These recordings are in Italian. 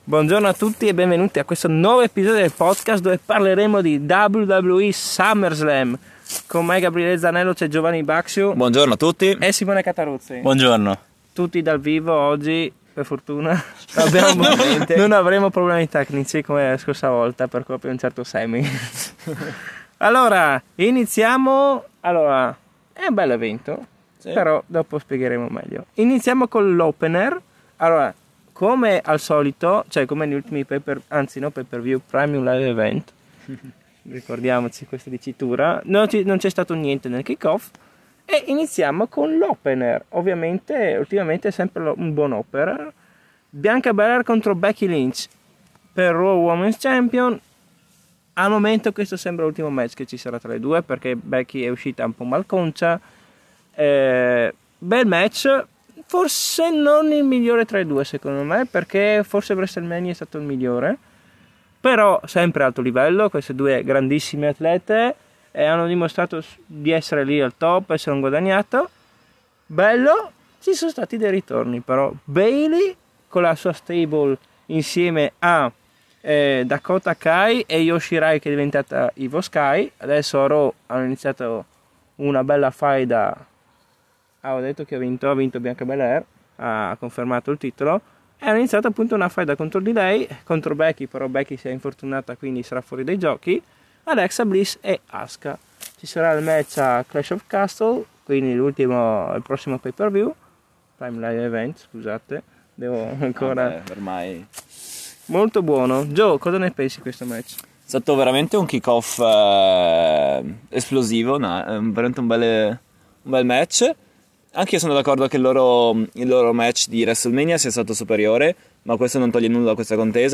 Buongiorno a tutti e benvenuti a questo nuovo episodio del podcast dove parleremo di WWE SummerSlam. Con me Gabriele Zanello c'è Giovanni Baxio. Buongiorno a tutti. E Simone Cataruzzi. Buongiorno. Tutti dal vivo oggi, per fortuna. Non avremo problemi tecnici come la scorsa volta per colpa di un certo Semi. Allora, iniziamo. Allora, è un bel evento, sì, però dopo spiegheremo meglio. Iniziamo con l'opener. Allora, come al solito, cioè come negli ultimi pay-per-view Premium Live Event, ricordiamoci questa dicitura, non c'è stato niente nel kick-off e iniziamo con l'opener. Ovviamente, ultimamente è sempre un buon opener. Bianca Belair contro Becky Lynch per Raw Women's Champion. Al momento questo sembra l'ultimo match che ci sarà tra le due, perché Becky è uscita un po' malconcia. Bel match. Forse non il migliore tra i due secondo me, perché forse WrestleMania è stato il migliore, però sempre alto livello. Queste due grandissime atlete hanno dimostrato di essere lì al top, essere un guadagnato. Bello, ci sono stati dei ritorni però. Bayley con la sua stable insieme a Dakota Kai e Yoshirai che è diventata Ivo Sky. Adesso a Raw hanno iniziato una bella faida. Ho detto che ha vinto Bianca Belair, ha confermato il titolo e ha iniziato appunto una faida contro di lei, contro Becky, però Becky si è infortunata quindi sarà fuori dai giochi. Alexa Bliss e Asuka. Ci sarà il match a Clash of Castle, quindi il prossimo pay per view Prime Live Event, scusate, devo ancora ormai molto buono. Joe, cosa ne pensi di questo match? È stato veramente un kick-off esplosivo, veramente un bel match. Anche io sono d'accordo che il loro match di WrestleMania sia stato superiore, ma questo non toglie nulla da questa contesa.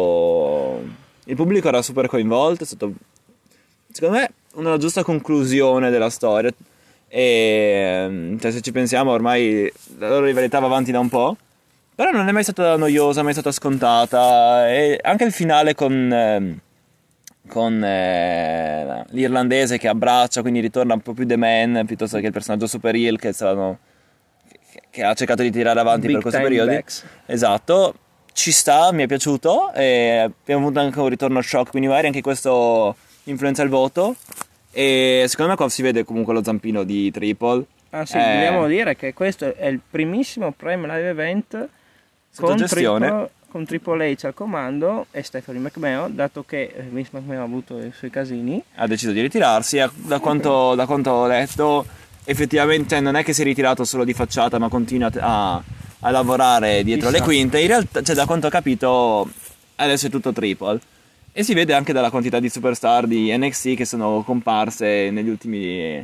Il pubblico era super coinvolto, è stato secondo me una giusta conclusione della storia. E cioè, se ci pensiamo, ormai la loro rivalità va avanti da un po', però non è mai stata noiosa, mai stata scontata. E anche il finale con l'irlandese che abbraccia, quindi ritorna un po' più The Man piuttosto che il personaggio super heel che ha cercato di tirare avanti per questo periodo. Backs. Esatto, ci sta, mi è piaciuto e abbiamo avuto anche un ritorno shock, quindi magari anche questo influenza il voto. E secondo me qua si vede comunque lo zampino di Triple. Ah sì, dobbiamo dire che questo è il primissimo Prime Live Event con Triple H al comando e Stephanie McMahon, dato che Vince McMahon ha avuto i suoi casini, ha deciso di ritirarsi. Da quanto ho letto, effettivamente non è che si è ritirato solo di facciata, ma continua a lavorare dietro le quinte. In realtà, cioè, da quanto ho capito, adesso è tutto Triple. E si vede anche dalla quantità di superstar di NXT che sono comparse negli ultimi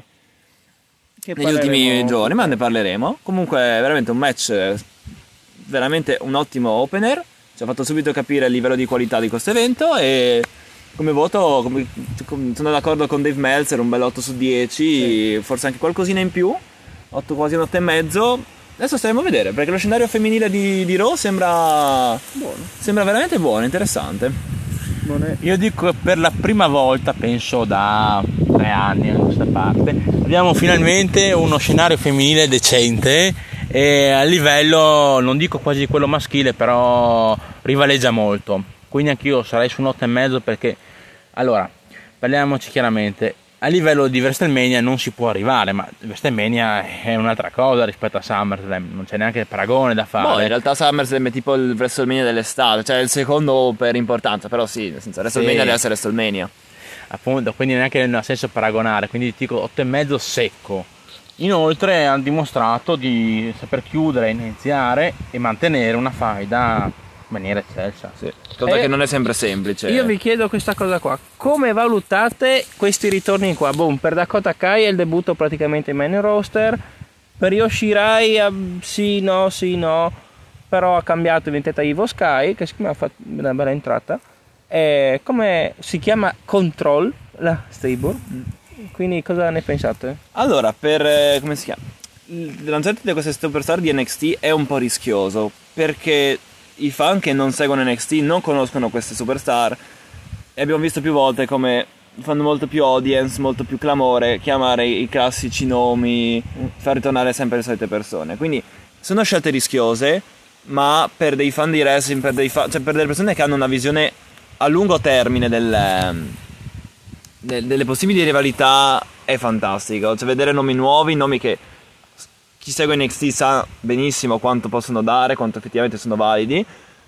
giorni, ma ne parleremo. Comunque veramente un match, veramente un ottimo opener. Ci ha fatto subito capire il livello di qualità di questo evento e come voto sono d'accordo con Dave Meltzer, un bel 8 su 10, sì. Forse anche qualcosina in più, quasi un 8,5. Adesso staremo a vedere, perché lo scenario femminile di Raw sembra veramente buono, interessante. Io dico che per la prima volta, penso da 3 anni a questa parte, abbiamo finalmente uno scenario femminile decente e a livello, non dico quasi quello maschile, però rivaleggia molto. Quindi anch'io sarei su un 8,5 perché, allora, parliamoci chiaramente, a livello di WrestleMania non si può arrivare, ma WrestleMania è un'altra cosa rispetto a SummerSlam, non c'è neanche paragone da fare. In realtà SummerSlam è tipo il WrestleMania dell'estate, cioè il secondo per importanza, però sì, senza WrestleMania deve essere WrestleMania. Appunto, quindi neanche non ha senso paragonare, quindi dico 8,5 secco. Inoltre hanno dimostrato di saper chiudere, iniziare e mantenere una faida in maniera eccelsa. Sì. Cosa che non è sempre semplice. Io vi chiedo questa cosa qua: come valutate questi ritorni qua? Per Dakota Kai è il debutto praticamente in main roster, per Yoshirai sì no, però ha cambiato, è diventata Ivo Sky, che secondo me ha fatto una bella entrata. Come si chiama Control la stable? Quindi cosa ne pensate? Allora, come si chiama? Il lanciare di queste superstar di NXT è un po' rischioso, perché i fan che non seguono NXT non conoscono queste superstar e abbiamo visto più volte come fanno molto più audience, molto più clamore chiamare i classici nomi, far ritornare sempre le solite persone. Quindi sono scelte rischiose. ma per dei fan di wrestling, cioè per delle persone che hanno una visione a lungo termine delle possibili rivalità è fantastico. Cioè vedere nomi nuovi, nomi che chi segue NXT sa benissimo quanto possono dare, quanto effettivamente sono validi,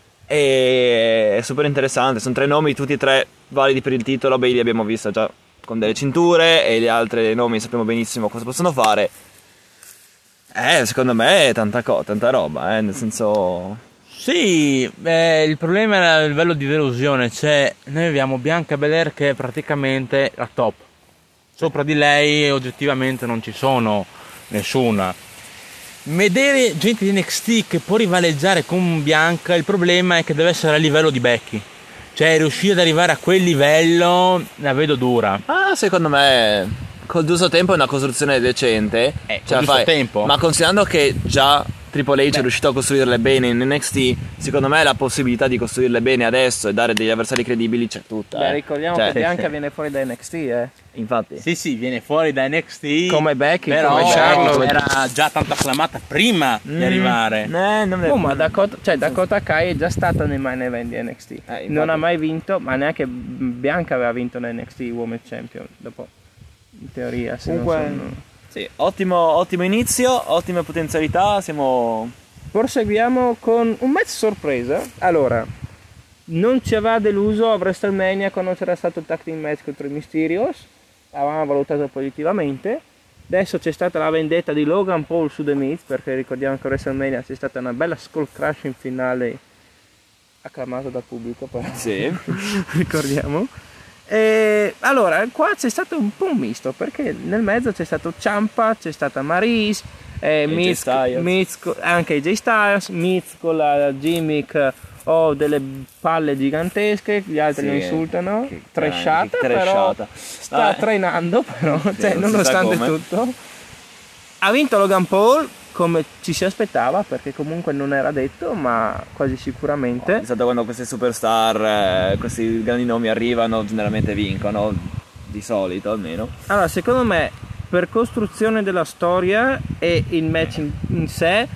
e è super interessante. Sono 3 nomi, tutti e 3 validi per il titolo. Bayley abbiamo visto già con delle cinture, e gli altri nomi sappiamo benissimo cosa possono fare. Secondo me è tanta roba, nel senso... Sì, il problema è il livello di delusione. Cioè, noi abbiamo Bianca Belair che è praticamente la top. Sopra di lei oggettivamente non ci sono nessuna. Vedere gente di NXT che può rivaleggiare con Bianca, il problema è che deve essere a livello di Becky. Cioè, riuscire ad arrivare a quel livello la vedo dura. Secondo me col giusto tempo è una costruzione decente. Col giusto tempo. Ma considerando che già Triple H è riuscito a costruirle bene in NXT, secondo me la possibilità di costruirle bene adesso e dare degli avversari credibili c'è tutta. Beh, ricordiamo che Bianca viene fuori da NXT, Infatti. Sì, viene fuori da NXT. Come Becky, però come Charlotte. Era già tanto acclamata prima di arrivare. Ma Dakota Kai è già stata nei main event di NXT. Non ha mai vinto, ma neanche Bianca aveva vinto la NXT Women's Champion. Dopo, in teoria, se Sì, ottimo inizio, ottime potenzialità, Proseguiamo con un match sorpresa. Allora, non ci aveva deluso a WrestleMania quando c'era stato il tag team match contro i Mysterios, avevamo valutato positivamente. Adesso c'è stata la vendetta di Logan Paul su The Miz, perché ricordiamo che a WrestleMania c'è stata una bella skull crush in finale, acclamato dal pubblico, però. Sì. Ricordiamo. Allora, qua c'è stato un po' un misto, perché nel mezzo c'è stato Ciampa, c'è stata Maryse, Miz, anche AJ Styles, Miz con la gimmick delle palle gigantesche, gli altri lo insultano, trashata, però sta trainando, però, cioè, nonostante tutto. Ha vinto Logan Paul come ci si aspettava, perché comunque non era detto, ma quasi sicuramente. È stato quando queste superstar, questi grandi nomi arrivano, generalmente vincono, di solito almeno. Allora, secondo me, per costruzione della storia e il match in sé,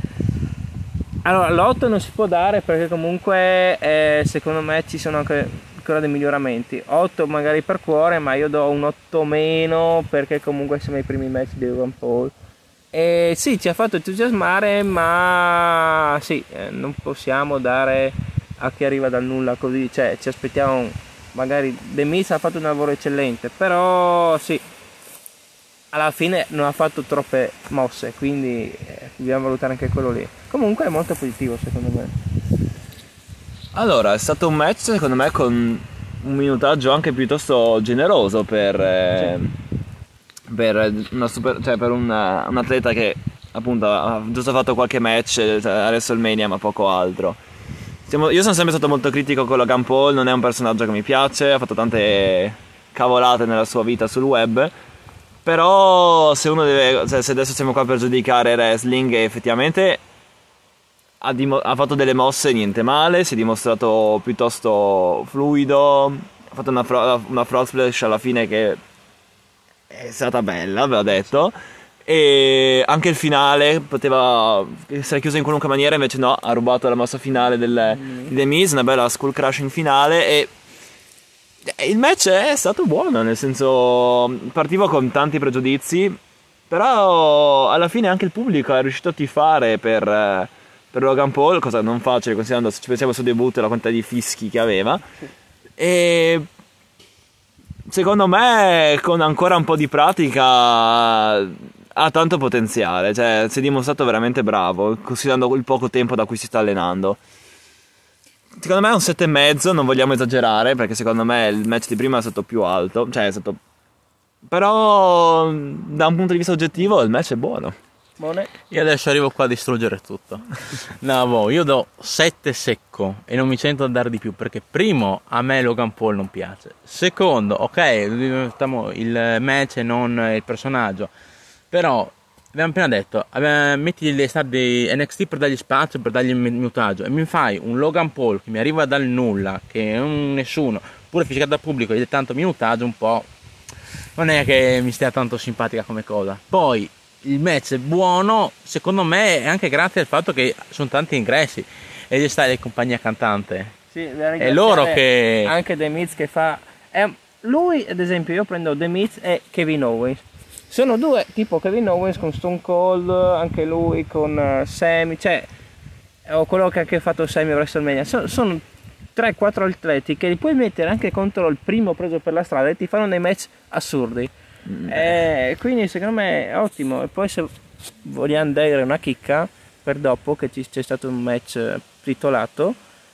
allora l'8 non si può dare, perché comunque secondo me ci sono ancora dei miglioramenti. 8 magari per cuore, ma io do un 8 meno, perché comunque siamo ai primi match di Logan Paul. Sì, ci ha fatto entusiasmare, ma sì, non possiamo dare a chi arriva dal nulla così, cioè ci aspettiamo, magari The Miz ha fatto un lavoro eccellente, però sì, alla fine non ha fatto troppe mosse, quindi dobbiamo valutare anche quello lì. Comunque è molto positivo secondo me. Allora, è stato un match secondo me con un minutaggio anche piuttosto generoso per un atleta che appunto ha giusto fatto qualche match a WrestleMania, ma poco altro. Io sono sempre stato molto critico con Logan Paul, non è un personaggio che mi piace, ha fatto tante cavolate nella sua vita sul web, però se uno deve, se adesso siamo qua per giudicare wrestling, effettivamente ha fatto delle mosse niente male, si è dimostrato piuttosto fluido, ha fatto una frog splash alla fine che è stata bella, ve l'ho detto, e anche il finale poteva essere chiuso in qualunque maniera, invece no, ha rubato la mossa finale di The Miz, una bella skull crush in finale, e il match è stato buono, nel senso partivo con tanti pregiudizi, però alla fine anche il pubblico è riuscito a tifare per Logan Paul, cosa non facile considerando, se ci pensiamo al suo debutto e la quantità di fischi che aveva, e secondo me con ancora un po' di pratica ha tanto potenziale, cioè si è dimostrato veramente bravo considerando il poco tempo da cui si sta allenando. Secondo me è un 7,5, non vogliamo esagerare, perché secondo me il match di prima è stato più alto, cioè è stato, però da un punto di vista oggettivo il match è buono. Io adesso arrivo qua a distruggere tutto. No, io do 7 secco e non mi sento di dare di più, perché primo, a me Logan Paul non piace, secondo, ok, il match e non il personaggio, però abbiamo appena detto, metti le star di NXT per dargli spazio, per dargli minutaggio, e mi fai un Logan Paul che mi arriva dal nulla, che è un nessuno, pure fisicato dal pubblico, e tanto minutaggio, un po' non è che mi stia tanto simpatica come cosa. Poi il match è buono, secondo me, anche grazie al fatto che sono tanti ingressi. AJ Styles e compagnia cantante. Sì, È loro che... Anche The Miz che fa... lui, ad esempio, io prendo The Miz e Kevin Owens. Sono due, tipo Kevin Owens con Stone Cold, anche lui con Sami, cioè... o quello che ha anche fatto Sami a WrestleMania. Sono 3-4 atleti che li puoi mettere anche contro il primo preso per la strada e ti fanno dei match assurdi. Quindi secondo me è ottimo. E poi se vogliamo dare una chicca per dopo che c'è stato un match titolato,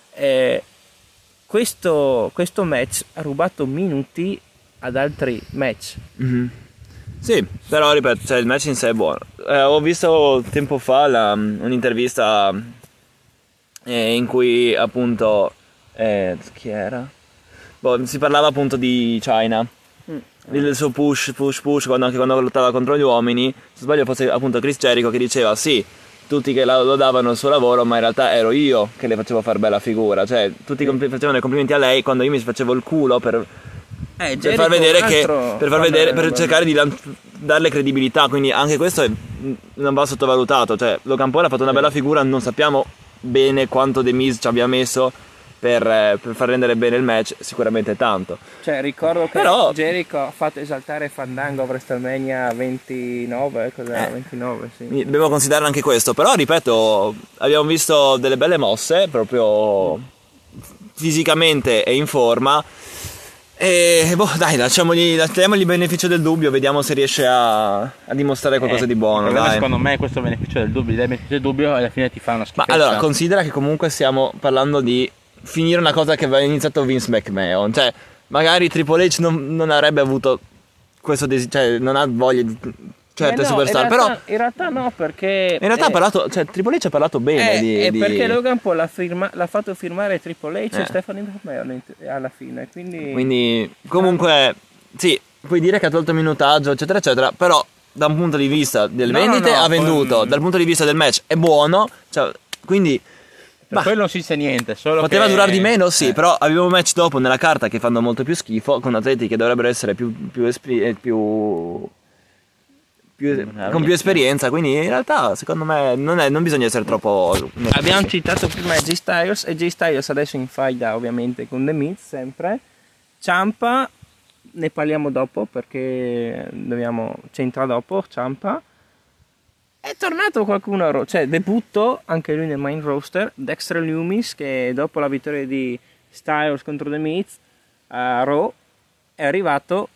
questo match ha rubato minuti ad altri match. Sì, però ripeto, cioè, il match in sé è buono. Ho visto tempo fa un'intervista in cui appunto chi era? Si parlava appunto di China, il suo push quando lottava contro gli uomini. Se sbaglio fosse appunto Chris Jericho che diceva sì, tutti che lodavano il suo lavoro, ma in realtà ero io che le facevo far bella figura, cioè tutti facevano i complimenti a lei quando io mi facevo il culo per far vedere per cercare di darle credibilità. Quindi anche questo non va sottovalutato, cioè Logan Paul ha fatto una bella figura, non sappiamo bene quanto The Miz ci abbia messo per far rendere bene il match, sicuramente tanto. Cioè ricordo che Jericho ha fatto esaltare Fandango a WrestleMania 29, cos'era? 29, sì. Dobbiamo considerare anche questo, però ripeto, abbiamo visto delle belle mosse proprio fisicamente e in forma. E dai, diamogli il beneficio del dubbio, vediamo se riesce a dimostrare qualcosa di buono. Dai. Secondo me questo beneficio del dubbio alla fine ti fa una schifezza. Ma allora, considera che comunque stiamo parlando di finire una cosa che aveva iniziato Vince McMahon, cioè magari Triple H non avrebbe avuto questo cioè non ha voglia di certe superstar, però in realtà no, perché in realtà ha parlato, cioè Triple H ha parlato bene perché Logan Paul l'ha fatto firmare Triple H e Stephanie McMahon alla fine, quindi comunque sì, puoi dire che ha tolto minutaggio eccetera eccetera, però da un punto di vista delle vendite ha venduto, dal punto di vista del match è buono, cioè, quindi per quello non si dice niente, solo poteva durare di meno, sì, però avevo match dopo nella carta che fanno molto più schifo, con atleti che dovrebbero essere con più esperienza, quindi in realtà secondo me non bisogna essere troppo... Abbiamo citato prima AJ Styles, e AJ Styles adesso in faida ovviamente con The Miz sempre. Ciampa ne parliamo dopo perché c'entra dopo. Ciampa è tornato qualcuno, cioè debutto anche lui nel main roster. Dexter Lumis, che dopo la vittoria di Styles contro The Miz a Raw è arrivato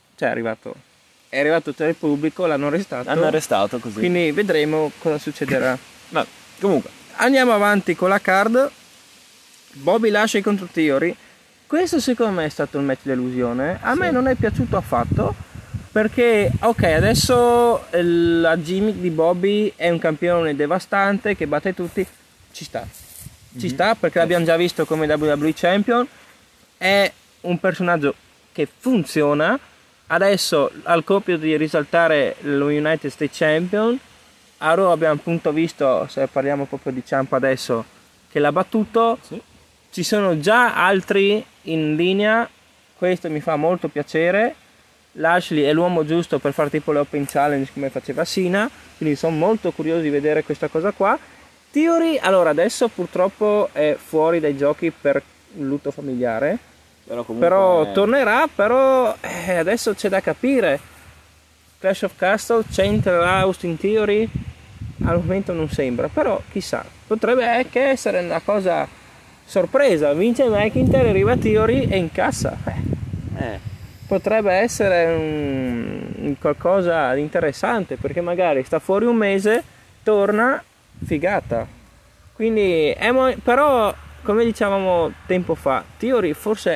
tra il pubblico, l'hanno arrestato così, quindi vedremo cosa succederà. Ma comunque andiamo avanti con la card. Bobby Lashley contro Theory. Questo secondo me è stato un match delusione. A me non è piaciuto affatto, perché ok, adesso la gimmick di Bobby è un campione devastante che batte tutti, ci sta perché l'abbiamo già visto come WWE Champion, è un personaggio che funziona. Adesso al compito di risaltare lo United States Champion, a Raw abbiamo appunto visto, se parliamo proprio di Ciampa adesso, che l'ha battuto. Ci sono già altri in linea, questo mi fa molto piacere. Lashley è l'uomo giusto per fare tipo le Open Challenge come faceva Cena, quindi sono molto curioso di vedere questa cosa qua. Theory, allora adesso purtroppo è fuori dai giochi per un lutto familiare, però tornerà, però adesso c'è da capire. Clash of Castle c'entrerà Austin Theory? Al momento non sembra, però chissà, potrebbe anche essere una cosa sorpresa, vince McIntyre, arriva Theory e incassa. Potrebbe essere un qualcosa di interessante, perché magari sta fuori un mese, torna, figata. Quindi però come dicevamo tempo fa, Theory forse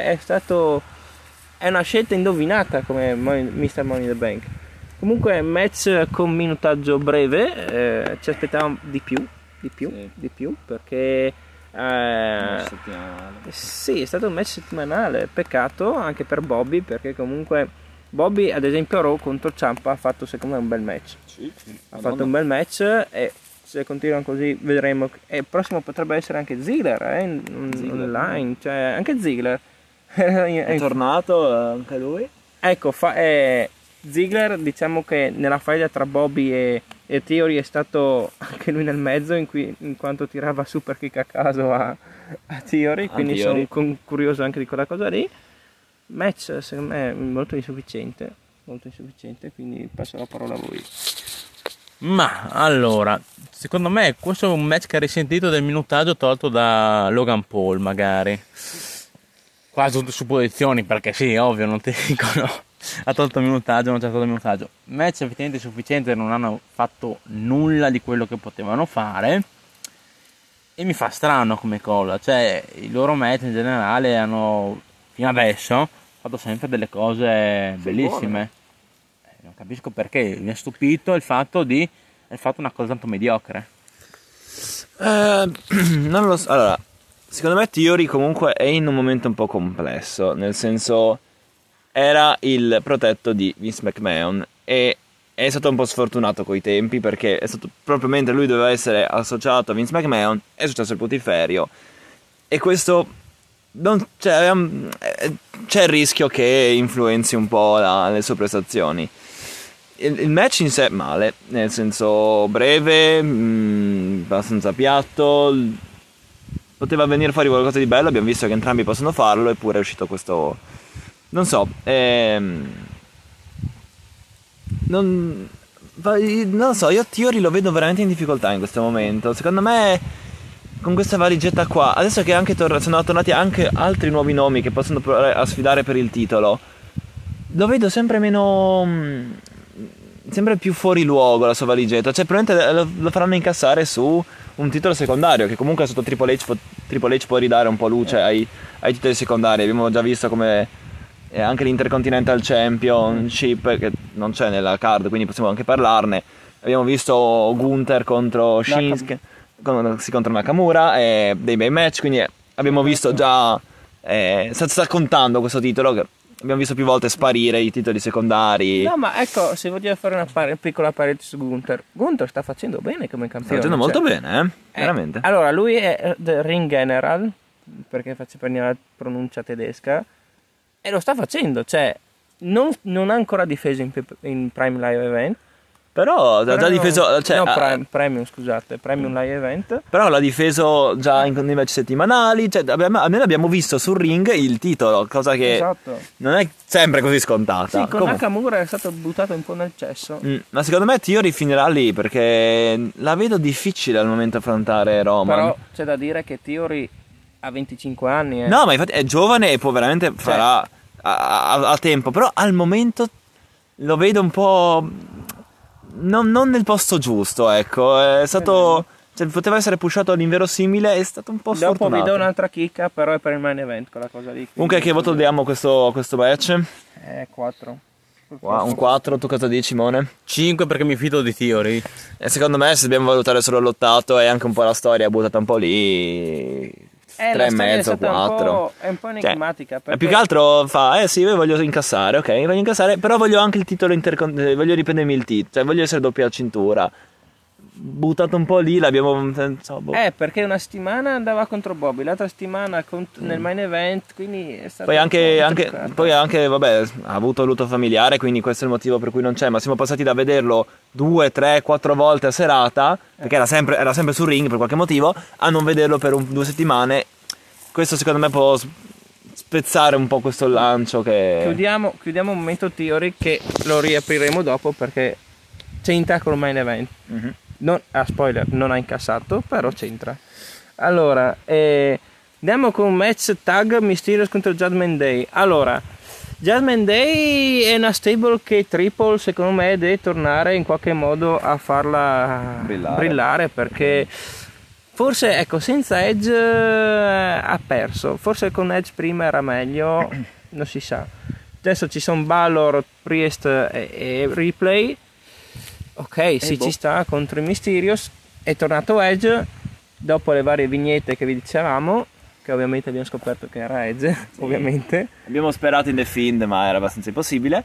è una scelta indovinata come Mr. Money in the Bank. Comunque match con minutaggio breve, ci aspettavamo di più perché sì, è stato un match settimanale. Peccato anche per Bobby, perché comunque Bobby ad esempio a Raw contro Ciampa ha fatto secondo me un bel match. Fatto un bel match, e se continuano così vedremo. E il prossimo potrebbe essere anche Ziggler, online, cioè anche Ziggler è tornato anche lui. Ecco, Ziggler, diciamo che nella faida tra Bobby e Theory è stato anche lui nel mezzo in quanto tirava super kick a caso a Theory, quindi sono curioso anche di quella cosa lì. Match secondo me molto insufficiente, quindi passo la parola a voi. Ma allora, secondo me questo è un match che ha risentito del minutaggio tolto da Logan Paul, magari. Quasi tutte supposizioni, perché sì, ovvio, non ti dicono ha tolto minutaggio, non c'è stato minutaggio. Match effettivamente sufficiente, non hanno fatto nulla di quello che potevano fare. E mi fa strano come cosa, cioè i loro match in generale hanno fino adesso fatto sempre delle cose bellissime. Non capisco perché, mi ha stupito il fatto di aver fatto una cosa tanto mediocre. Non lo so. Allora, secondo me Theory comunque è in un momento un po' complesso, nel senso era il protetto di Vince McMahon e è stato un po' sfortunato coi tempi, perché è stato proprio mentre lui doveva essere associato a Vince McMahon è successo il putiferio, e questo c'è il rischio che influenzi un po' le sue prestazioni. Il match in sé male, nel senso breve, abbastanza piatto, poteva venire fuori qualcosa di bello, abbiamo visto che entrambi possono farlo, eppure è uscito questo, non so, non lo so, io Theory lo vedo veramente in difficoltà in questo momento. Secondo me con questa valigetta qua, adesso che anche sono tornati anche altri nuovi nomi che possono provare a sfidare per il titolo, lo vedo sempre meno, sempre più fuori luogo la sua valigetta. Cioè probabilmente lo faranno incassare su un titolo secondario, che comunque sotto Triple H può ridare un po' luce ai titoli secondari. Abbiamo già visto come anche l'Intercontinental Championship, che non c'è nella card, quindi possiamo anche parlarne. Abbiamo visto Gunther contro Shinsuke, contro Nakamura, dei bei match, quindi abbiamo visto già, sta contando questo titolo, che abbiamo visto più volte sparire i titoli secondari. No, ma ecco, se voglio fare una piccola parete su Gunther sta facendo bene come campione. Sta facendo molto bene, veramente. Allora, lui è the Ring General, perché faccio per la pronuncia tedesca, e lo sta facendo, cioè non ha ancora difeso in Prime Live Event, però ha già difeso, cioè, Premium, scusate, Premium Live Event. Però l'ha difeso già nei match settimanali, cioè almeno abbiamo visto sul ring il titolo, cosa che non è sempre così scontata. Sì, con Nakamura è stato buttato un po' nel cesso. Ma secondo me Theory finirà lì, perché la vedo difficile al momento affrontare Roman. Però c'è da dire che Theory ha 25 anni. No, ma infatti è giovane e può veramente farà a tempo, però al momento lo vedo un po' non nel posto giusto, ecco. È stato, cioè, poteva essere pushato all'inverosimile, è stato un po' sfortunato. Dopo vi do un'altra chicca, però è per il main event quella cosa lì. Comunque che voto diamo a questo match? 4. Un 4, tu cosa dici, Simone? 5, perché mi fido di Theory. E secondo me, se dobbiamo valutare solo l'8 e anche un po' la storia buttata un po' lì, 3,5, 4. È un po' enigmatica. Perché più che altro fa, sì, io voglio incassare, però voglio anche il titolo voglio riprendermi il titolo, cioè voglio essere doppia cintura. Buttato un po' lì, l'abbiamo, perché una settimana andava contro Bobby, l'altra settimana nel main event, quindi è stato poi anche vabbè, ha avuto lutto familiare, quindi questo è il motivo per cui non c'è, ma siamo passati da vederlo 2, 3, 4 volte a serata, perché era sempre sul ring per qualche motivo, a non vederlo per 2 settimane. Questo secondo me può spezzare un po' questo lancio che... Chiudiamo un momento Theory, che lo riapriremo dopo, perché c'entra con il main event. Spoiler, non ha incassato, però c'entra. Allora, andiamo con un match tag Mysterious contro Judgment Day. Allora, Judgment Day è una stable che Triple, secondo me, deve tornare in qualche modo a farla brillare, perché forse, ecco, senza Edge ha perso. Forse con Edge prima era meglio, non si sa. Adesso ci sono Balor, Priest e Ripley. Ok, sì, ci sta contro i Mysterious. È tornato Edge dopo le varie vignette che vi dicevamo, che ovviamente abbiamo scoperto che era Edge, ovviamente. Abbiamo sperato in The Fiend, ma era abbastanza impossibile.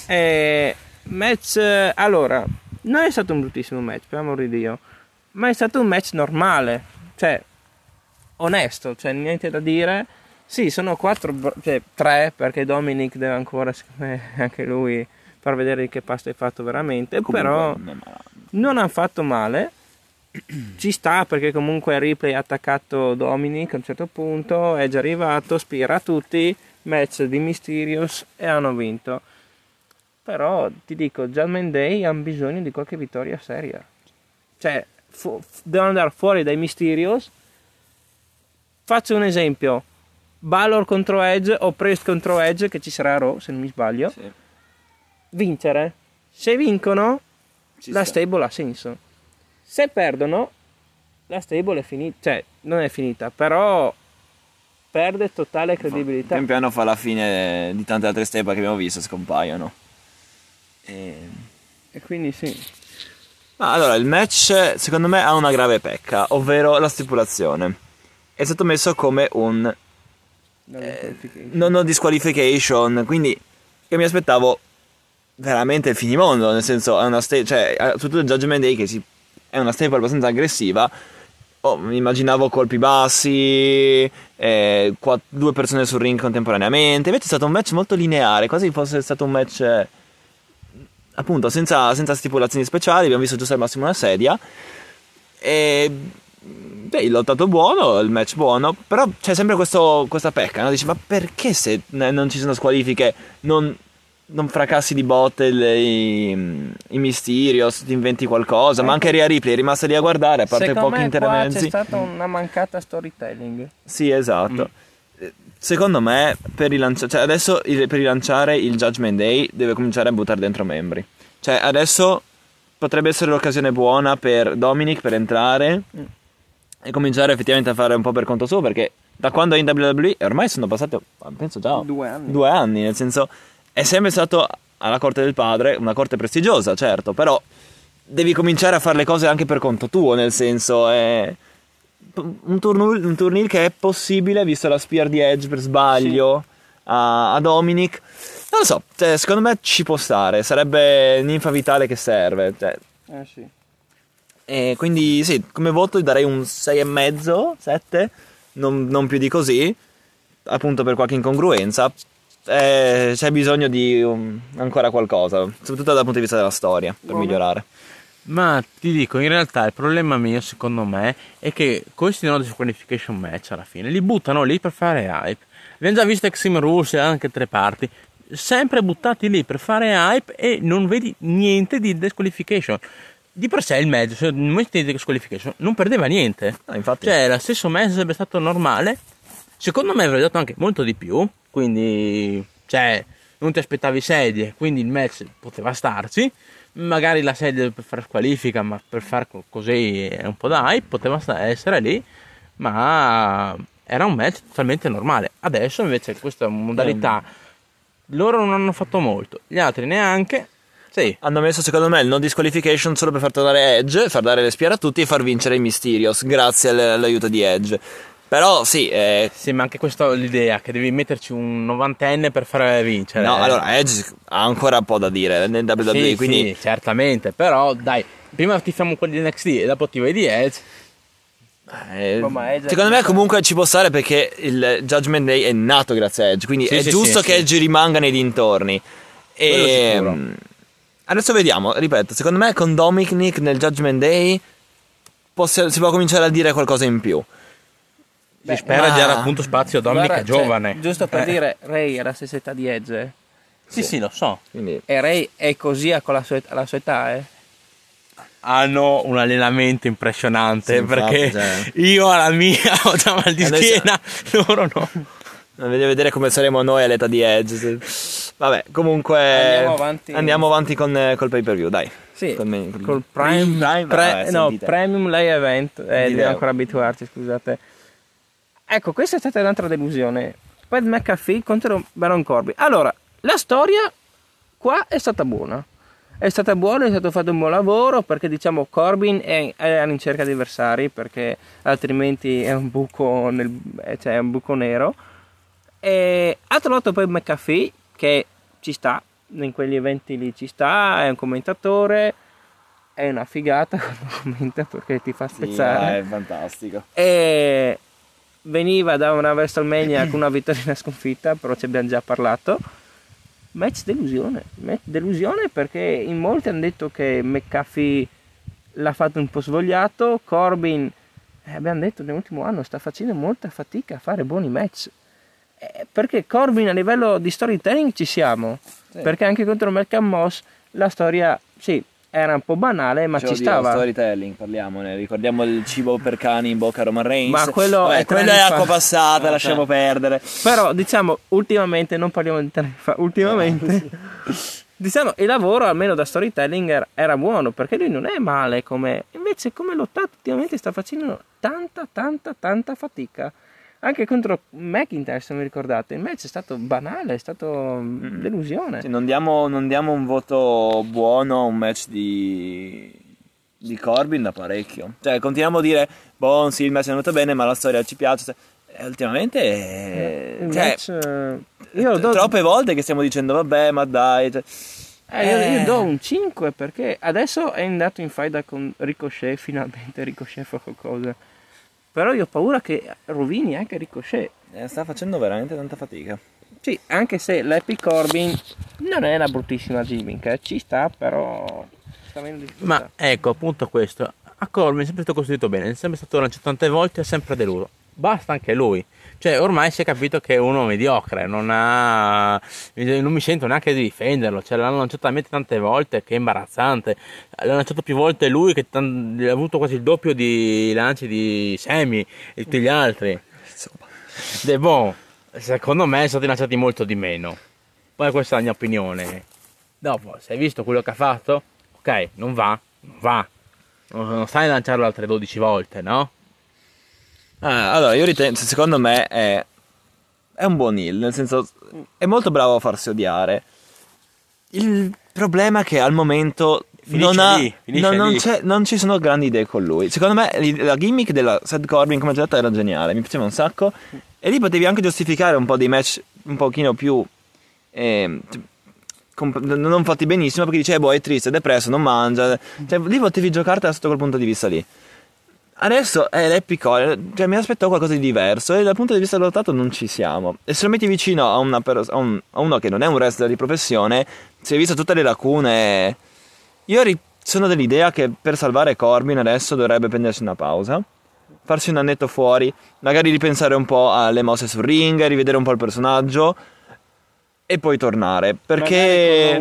Match, allora, non è stato un bruttissimo match, per amor di Dio, ma è stato un match normale, cioè onesto, cioè niente da dire. Sì, sono 3, perché Dominic deve ancora, secondo me, anche lui far vedere di che pasto è fatto veramente. Comunque, però non hanno fatto male, ci sta perché comunque Ripley ha attaccato Dominic a un certo punto, è già arrivato, spira tutti, match di Mysterious e hanno vinto. Però ti dico, Judgment Day hanno bisogno di qualche vittoria seria, cioè devono andare fuori dai Mysterious. Faccio un esempio: Balor contro Edge o Priest contro Edge, che ci sarà a Raw se non mi sbaglio. Sì. Vincere, se vincono la stable ha senso, se perdono la stable è finita, cioè non è finita, però perde totale credibilità. Pian piano fa la fine di tante altre stable che abbiamo visto, scompaiono. E quindi sì. Allora, il match secondo me ha una grave pecca, ovvero la stipulazione. È stato messo come un non disqualification, quindi io mi aspettavo veramente il finimondo, nel senso è una cioè soprattutto il Judgment Day che è una stable abbastanza aggressiva. Mi immaginavo colpi bassi, 2 persone sul ring contemporaneamente, invece è stato un match molto lineare, quasi fosse stato un match appunto senza stipulazioni speciali. Abbiamo visto giusto al massimo una sedia e il lottato buono, il match buono, però c'è sempre questa pecca, no? Dici, ma perché se non ci sono squalifiche non fracassi di botte i Mysterios, ti inventi qualcosa? Ma anche Rhea Ripley è rimasta lì a guardare, a parte pochi intermezzi. C'è stata una mancata storytelling. Sì, esatto. Secondo me per adesso per rilanciare il Judgment Day deve cominciare a buttare dentro membri. Cioè adesso potrebbe essere l'occasione buona per Dominic per entrare e cominciare effettivamente a fare un po' per conto suo, perché da quando è in WWE ormai sono passati, penso già 2 anni, nel senso è sempre stato alla corte del padre, una corte prestigiosa, certo, però devi cominciare a fare le cose anche per conto tuo, nel senso è un turnil che è possibile, visto la spear di Edge per sbaglio a Dominic. Non lo so, cioè, secondo me ci può stare, sarebbe ninfa vitale che serve, cioè. Sì. E quindi sì, come voto darei un 6,5, 7, non più di così, appunto per qualche incongruenza. C'è bisogno di ancora qualcosa, soprattutto dal punto di vista della storia, per migliorare. Ma ti dico, in realtà il problema mio, secondo me, è che questi no disqualification match alla fine li buttano lì per fare hype. Abbiamo già visto Extreme Rules e anche 3 parti, sempre buttati lì per fare hype e non vedi niente di disqualification. Di per sé il match, se non metti di disqualification, non perdeva niente. Infatti. Cioè, lo stesso match sarebbe stato normale. Secondo me avrebbe dato anche molto di più, quindi, cioè, non ti aspettavi sedie, quindi il match poteva starci. Magari la sedia per fare squalifica, ma per fare così un po' da hype poteva essere lì, ma era un match totalmente normale. Adesso invece questa modalità loro non hanno fatto molto, gli altri neanche. Sì. Hanno messo secondo me il no disqualification solo per far tornare Edge, far dare le spiare a tutti e far vincere i Mysterios grazie all'aiuto di Edge. Però sì, sì, ma anche questa è l'idea, che devi metterci un 90enne per far vincere. No, allora Edge ha ancora un po' da dire nel WWE, sì, quindi sì, certamente, però dai, prima ti facciamo quelli di NXT e dopo ti vai di Edge. Secondo me comunque ci può stare, perché il Judgment Day è nato grazie a Edge, quindi è giusto che Edge rimanga nei dintorni. E adesso vediamo, ripeto, secondo me con Dominic nel Judgment Day si può cominciare a dire qualcosa in più. Si spera di dare appunto spazio a Dominic, è giovane. Cioè, giusto per dire, Ray è la stessa età di Edge. Sì, lo so. Quindi E Ray è così alla sua età, Hanno un allenamento impressionante, Sì, perché infatti, io alla mia ho già mal di schiena, loro no. Voglio vedere come saremo noi all'età di Edge. Vabbè, comunque andiamo avanti col pay per view, dai. Sì, col Premium Live Event, dobbiamo ancora abituarci, scusate. Ecco, questa è stata un'altra delusione. Pat McAfee contro Baron Corbin. Allora, la storia qua è stata buona. È stato fatto un buon lavoro, perché diciamo Corbin è alla ricerca di avversari, perché altrimenti è un buco è un buco nero. E ha trovato poi McAfee, che ci sta, in quegli eventi lì ci sta, è un commentatore, è una figata quando commenta, perché ti fa spezzare. È fantastico. E veniva da una WrestleMania con una vittoria e una sconfitta, però ci abbiamo già parlato. Match delusione, perché in molti hanno detto che McAfee l'ha fatto un po' svogliato. Corbin, abbiamo detto nell'ultimo anno, sta facendo molta fatica a fare buoni match. Perché Corbin a livello di storytelling ci siamo. Sì. Perché anche contro Malcolm Moss la storia, sì, era un po' banale, ma ci stava. Storytelling, parliamone. Ricordiamo il cibo per cani in bocca a Roman Reigns. Ma quello è acqua passata, lasciamo perdere. Però diciamo, ultimamente, non parliamo di 3 anni fa, ultimamente diciamo il lavoro almeno da storytelling era buono, perché lui non è male invece come lottato ultimamente sta facendo tanta fatica. Anche contro McIntyre, se mi ricordate, il match è stato banale, è stato delusione. Sì, non diamo un voto buono a un match di Corbin da parecchio. Cioè, continuiamo a dire, sì, il match è andato bene, ma la storia ci piace. Ultimamente, troppe volte che stiamo dicendo, vabbè, ma dai. Io do un 5 perché adesso è andato in faida con Ricochet, finalmente Ricochet fa qualcosa. Però io ho paura che rovini anche Ricochet. Sta facendo veramente tanta fatica. Sì, anche se l'Epic Corbin non è una bruttissima gimmick, ci sta, però sta avendo difficoltà. Ma ecco, appunto questo. A Corbin è sempre stato costruito bene, è sempre stato lanciato tante volte, è sempre deluso. Basta anche lui. Cioè, ormai si è capito che è uno mediocre, non mi sento neanche di difenderlo. Cioè, l'hanno lanciato talmente tante volte che è imbarazzante. L'ha lanciato più volte lui, che ha avuto quasi il doppio di lanci di Sammy e tutti gli altri. Secondo me sono stati lanciati molto di meno. Poi questa è la mia opinione. Dopo, se hai visto quello che ha fatto, ok, non va. Non stai a lanciarlo altre 12 volte, no? Allora, io ritengo, secondo me è un buon heel, nel senso è molto bravo a farsi odiare. Il problema è che al momento non ci sono grandi idee con lui. Secondo me la gimmick della Seth Corbin come giocata era geniale, mi piaceva un sacco, e lì potevi anche giustificare un po' dei match un pochino più non fatti benissimo, perché dice è triste, è depresso, non mangia, cioè lì potevi giocartela sotto quel punto di vista lì. Adesso è l'epico, cioè mi aspettavo qualcosa di diverso e dal punto di vista lottato non ci siamo. E se lo metti vicino a uno che non è un wrestler di professione, si è visto tutte le lacune. Io sono dell'idea che per salvare Corbin adesso dovrebbe prendersi una pausa, farsi un annetto fuori, magari ripensare un po' alle mosse sul ring, rivedere un po' il personaggio e poi tornare. Perché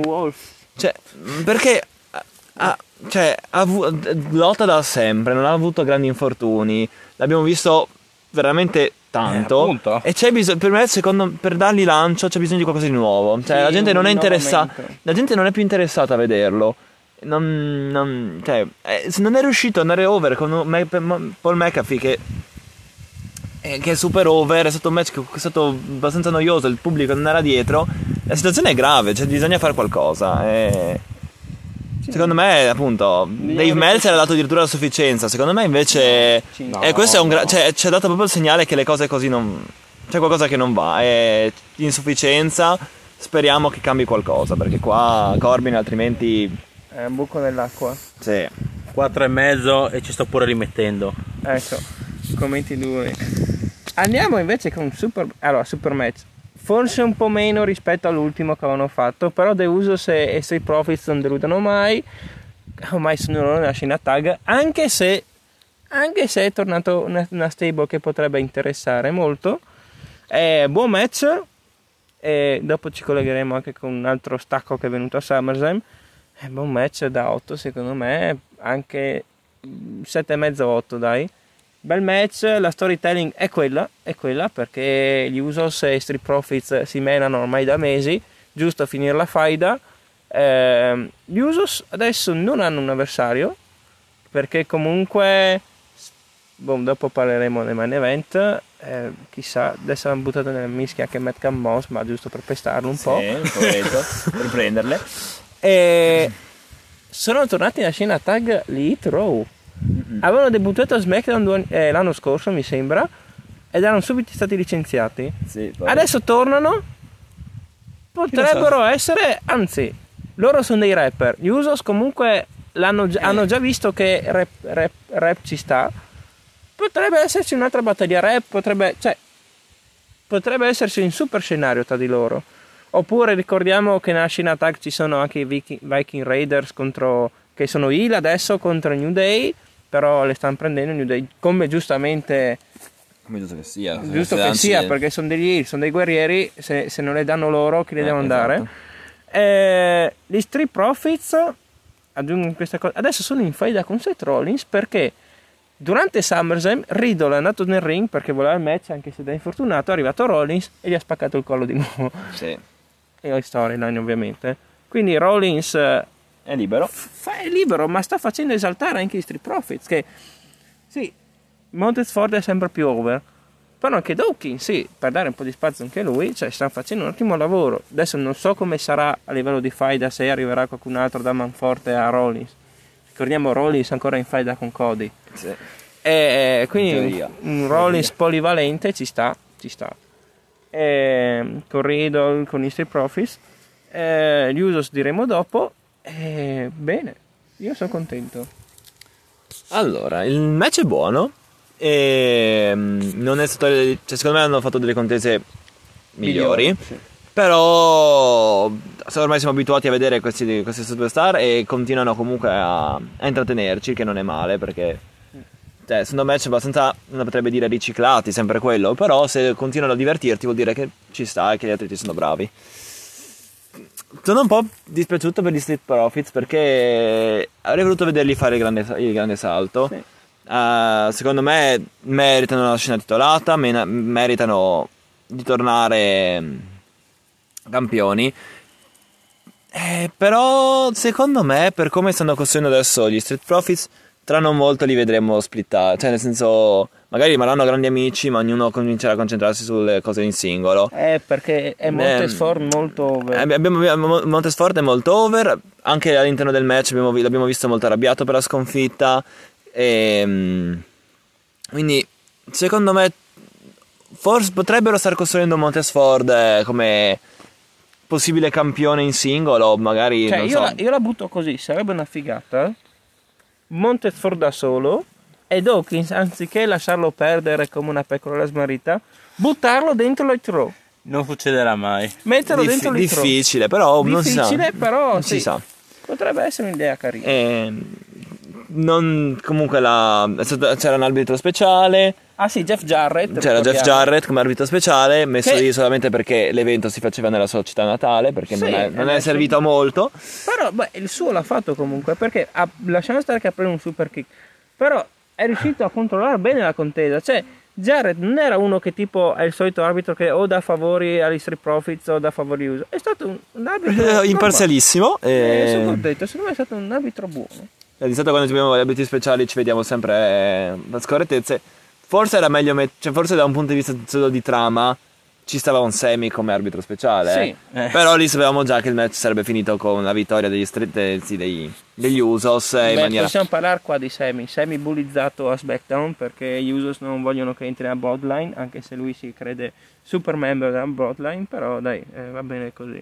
lotta da sempre, non ha avuto grandi infortuni, l'abbiamo visto veramente tanto, e c'è bisogno, per me, per dargli lancio c'è bisogno di qualcosa di nuovo. Cioè, la gente non è la gente non è più interessata a vederlo. Se non è riuscito ad andare over con Paul McAfee che è super over, è stato un match che è stato abbastanza noioso, il pubblico non era dietro, la situazione è grave, cioè bisogna fare qualcosa. Secondo me, appunto, Dave Meltzer ha dato addirittura la sufficienza. Secondo me, invece, questo è ci ha dato proprio il segnale che le cose così non. C'è qualcosa che non va. È insufficienza. Speriamo che cambi qualcosa. Perché qua Corbin, altrimenti. È un buco nell'acqua. Sì. 4,5 e ci sto pure rimettendo. Ecco, commenti duri. Andiamo invece con super match. Forse un po' meno rispetto all'ultimo che avevano fatto, però The Usos e Street Profits non deludono mai. Ormai sono loro nella scena tag, anche se è tornato una stable che potrebbe interessare molto. Buon match, e dopo ci collegheremo anche con un altro stacco che è venuto a SummerSlam. Buon match da 8 secondo me, anche 7,5-8 dai. Bel match, la storytelling è quella perché gli Usos e Street Profits si menano ormai da mesi, giusto a finire la faida. Gli Usos adesso non hanno un avversario, perché comunque dopo parleremo nei main event, chissà, adesso hanno buttato nella mischia anche Madcap Moss, ma giusto per pestarlo un po'. Un povetto, per prenderle. E sono tornati nella scena tag gli Hit Row. Avevano debuttato a SmackDown l'anno scorso, mi sembra, ed erano subito stati licenziati. Adesso tornano, potrebbero essere, anzi, loro sono dei rapper. Gli Usos comunque hanno già visto che rap ci sta. Potrebbe esserci un'altra battaglia rap, potrebbe esserci un super scenario tra di loro. Oppure ricordiamo che nella scena tag ci sono anche i Viking Raiders contro che sono heel adesso contro New Day, però le stanno prendendo New Day come giustamente, come giusto che sia. giusto che sia, perché sono degli heel, sono dei guerrieri, se non le danno loro chi le devono dare. Gli Street Profits aggiungo questa cosa, adesso sono in faida con Seth Rollins perché durante SummerSlam Riddle è andato nel ring perché voleva il match, anche se è infortunato, è arrivato Rollins e gli ha spaccato il collo di nuovo. Sì. E la storyline ovviamente. Quindi Rollins È libero. è libero, ma sta facendo esaltare anche gli Street Profits, che sì, Montez Ford è sempre più over, però anche Dawkins, sì, per dare un po' di spazio anche a lui, cioè stanno facendo un ottimo lavoro. Adesso non so come sarà a livello di faida, se arriverà qualcun altro da Manforte a Rollins. Ricordiamo Rollins ancora in faida con Cody. Sì. Quindi un Rollins polivalente ci sta. Con Riddle, con i Street Profits, gli Usos diremo dopo. Bene, io sono contento. Allora, il match è buono e non è stato, cioè, secondo me hanno fatto delle contese migliori, Sì. però ormai siamo abituati a vedere questi superstar e continuano comunque a intrattenerci, che non è male, perché sono match abbastanza, non potrebbe dire riciclati, sempre quello, però se continuano a divertirti vuol dire che ci sta e che gli atleti sono bravi. Sono un po' dispiaciuto per gli Street Profits perché avrei voluto vederli fare il grande salto. Sì. Secondo me meritano la scena titolata, meritano di tornare campioni. Però secondo me, per come stanno costruendo adesso gli Street Profits, tra non molto li vedremo splittare, cioè nel senso magari rimarranno grandi amici, ma ognuno comincerà a concentrarsi sulle cose in singolo. Perché è Montez Ford molto over. Montez Ford è molto over, anche all'interno del match l'abbiamo visto molto arrabbiato per la sconfitta, quindi secondo me forse potrebbero star costruendo Montez Ford come possibile campione in singolo, magari, Cioè, non io, so. io la butto così, sarebbe una figata. Montez Ford da solo e Dawkins, anziché lasciarlo perdere come una pecora smarrita, buttarlo dentro l'Hit Row. Non succederà mai. Metterlo dentro l'Hit Row. Difficile, però non si sa. Difficile, però Non sì. si sa. Potrebbe essere un'idea carina. Comunque c'era un arbitro speciale. Ah sì, Jeff Jarrett. C'era Jeff ricordiamo. Jarrett come arbitro speciale, messo Che- lì solamente perché l'evento si faceva nella sua città natale, perché Sì, non è adesso- servito a molto. Però il suo l'ha fatto comunque, perché lasciamo stare che ha preso un super kick, però è riuscito a controllare bene la contesa. Cioè Jarrett non era uno che tipo è il solito arbitro che o dà favori agli Street Profits o dà favori agli uso. È stato un arbitro Imparzialissimo. sono contento, secondo me è stato un arbitro buono. Di solito quando abbiamo gli arbitri speciali ci vediamo sempre la scorrettezze. Forse era meglio, cioè forse da un punto di vista solo di trama ci stava un Semi come arbitro speciale. Sì. Però lì sapevamo già che il match sarebbe finito con la vittoria degli degli Usos in maniera. Possiamo parlare qua di Semi bullizzato a SmackDown perché gli Usos non vogliono che entri nella Bloodline, anche se lui si crede super membro della Bloodline, però dai, va bene così.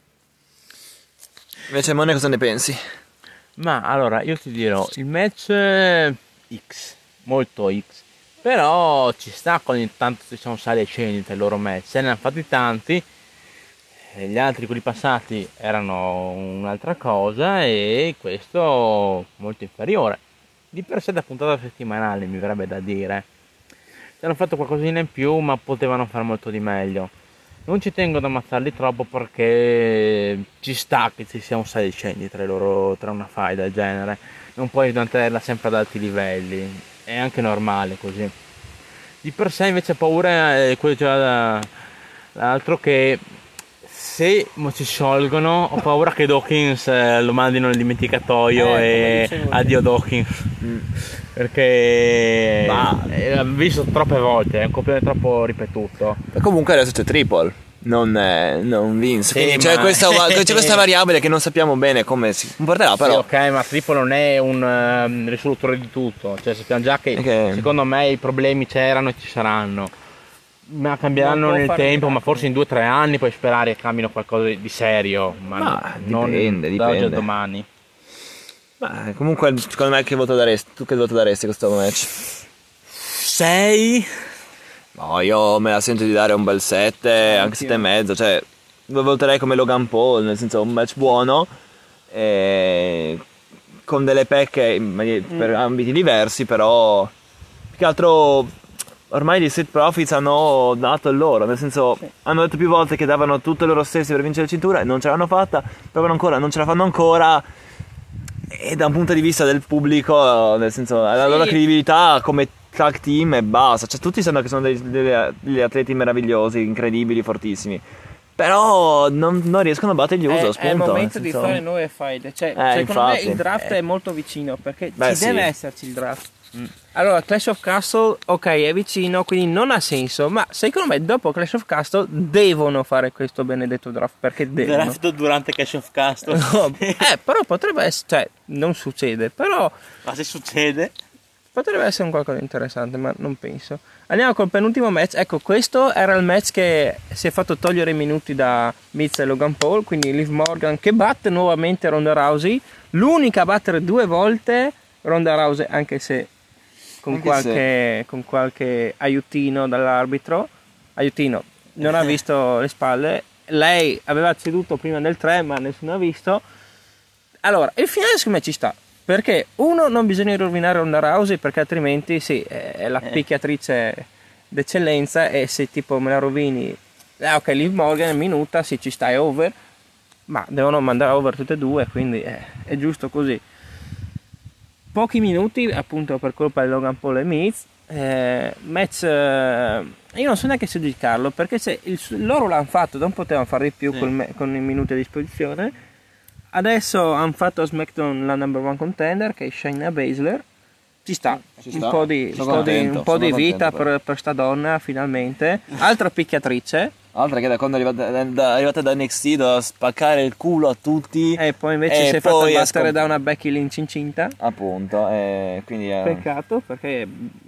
Invece Mone, cosa ne pensi? Ma allora io ti dirò, il match X, molto X, però ci sta con ogni tanto ci sono sali e scendi tra i loro match, se ne hanno fatti tanti, gli altri, quelli passati, erano un'altra cosa e questo molto inferiore. Di per sé da puntata settimanale mi verrebbe da dire, ci hanno fatto qualcosina in più ma potevano fare molto di meglio. Non ci tengo ad ammazzarli troppo perché ci sta che ci sia un sali e scendi tra loro, tra una faida del genere. Non puoi mantenerla sempre ad alti livelli, è anche normale così. Di per sé invece paura è quello che c'era l'altro, che se si sciolgono ho paura che Dawkins lo mandino nel dimenticatoio Come e dicevo io. addio Dawkins. Perché l'ho visto troppe volte, è un copione troppo ripetuto. Comunque adesso c'è Triple, non Vince. Sì, Quindi c'è ma- questa variabile che non sappiamo bene come si comporterà, però. Sì, ok, ma Tripolo non è un risolutore di tutto, cioè sappiamo già che Ok. secondo me i problemi c'erano e ci saranno, ma cambieranno Non può nel fare tempo, ma miracoli. forse in 2 o 3 anni puoi sperare che cambino qualcosa di serio, ma non dipende. da oggi a domani. Ma comunque secondo me che voto daresti? Tu che voto daresti a questo match? 6? No, io me la sento di dare un bel 7, anche 7,5, cioè lo voterei come Logan Paul, nel senso un match buono, con delle pecche per ambiti diversi, però più che altro ormai gli Street Profits hanno dato il loro, nel senso hanno detto più volte che davano tutto loro stessi per vincere la cintura e non ce l'hanno fatta, provano ancora, non ce la fanno ancora, e da un punto di vista del pubblico, nel senso la loro credibilità come tag team e basta, cioè tutti sanno che sono degli atleti meravigliosi, incredibili, fortissimi, però non riescono a battere gli Usos, è il momento di fare nuove fight, cioè, secondo me il draft è molto vicino, perché deve esserci il draft. Allora, Clash of Castle, ok, è vicino, quindi non ha senso, ma secondo me dopo Clash of Castle devono fare questo benedetto draft, perché devono. Draft durante Clash of Castle. No, però potrebbe essere, cioè, non succede, però Ma se succede? potrebbe essere un qualcosa di interessante, ma non penso. Andiamo col penultimo match. Ecco, questo era il match che si è fatto togliere i minuti da Miz e Logan Paul, quindi Liv Morgan che batte nuovamente Ronda Rousey, l'unica a battere 2 volte Ronda Rousey, anche se con qualche aiutino dall'arbitro. Aiutino non ha visto le spalle, lei aveva ceduto prima del 3 ma nessuno ha visto. Allora, il finale secondo me ci sta, perché uno, non bisogna rovinare Ronda Rousey, perché altrimenti è la picchiatrice d'eccellenza, e se tipo me la rovini, ok, Liv Morgan è minuta, sì, ci sta, è over, ma devono mandare over tutte e due, quindi è giusto così. Pochi minuti appunto per colpa di Logan Paul e Miz. Match, io non so neanche se giudicarlo, perché se loro l'hanno fatto, non potevano fare di più con i minuti a disposizione. Adesso hanno fatto a SmackDown la number one contender, che è Shayna Baszler. Ci sta, un po' di vita per sta donna finalmente. Altra picchiatrice. Altra che da quando è arrivata da NXT doveva spaccare il culo a tutti, e poi invece si è fatta battere da una Becky Lynch incinta, appunto, quindi peccato, perché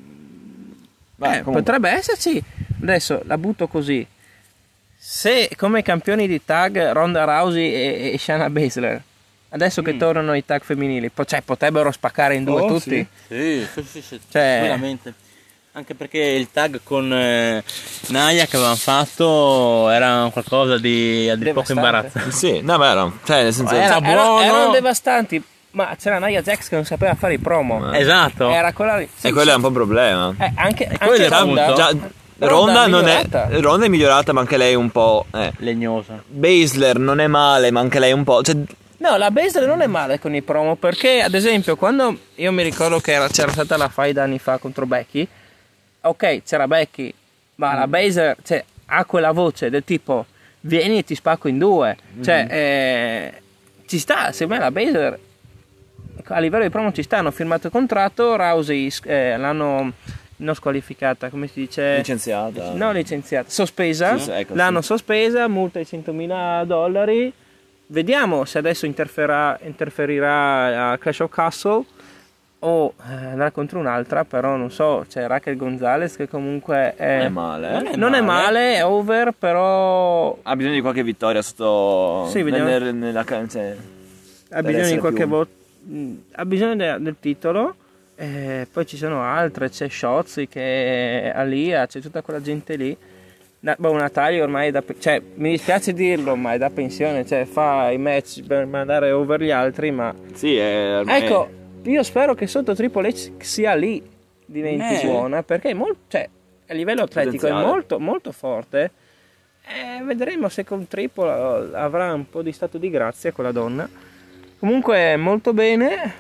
potrebbe esserci. Adesso la butto così: se come campioni di tag Ronda Rousey e Shayna Baszler, adesso che tornano i tag femminili, potrebbero spaccare in due tutti. Sì, cioè, veramente. Anche perché il tag con Naya che avevamo fatto era qualcosa di a dir poco imbarazzante. Sì, no, vero. Cioè, nel senso, era buono. Erano devastanti, ma c'era Nia Jax che non sapeva fare i promo. Esatto. Era quella lì. E quello è un po' un problema. Anche Ronda. Ronda è migliorata, ma anche lei un po' legnosa. Baszler non è male, ma anche lei un po'. Cioè, no, la Baszler non è male con i promo, perché ad esempio quando io mi ricordo che c'era stata la faida anni fa contro Becky, ok, c'era Becky, ma la Baszler ha quella voce del tipo vieni e ti spacco in due, ci sta. Secondo me la Baszler a livello di promo ci sta. Hanno firmato il contratto, Rousey l'hanno non squalificata, come si dice? Licenziata. No, licenziata, sospesa, l'hanno sospesa, multa di $100,000. Vediamo se adesso interferirà a Clash of Castle o andrà contro un'altra, però non so. C'è Raquel Gonzalez che comunque non è male, non è male, è over, però ha bisogno di qualche vittoria sotto ha bisogno di qualche ha bisogno del titolo. Poi ci sono altre, c'è Shotzi, che è Alia, c'è tutta quella gente lì. Natalia ormai mi dispiace dirlo, ma è da pensione, fa i match per mandare over gli altri, ma ecco, io spero che sotto Triple H sia lì diventi buona, perché è molto, a livello atletico è molto molto forte. Vedremo se con Triple avrà un po' di stato di grazia quella donna. Comunque molto bene.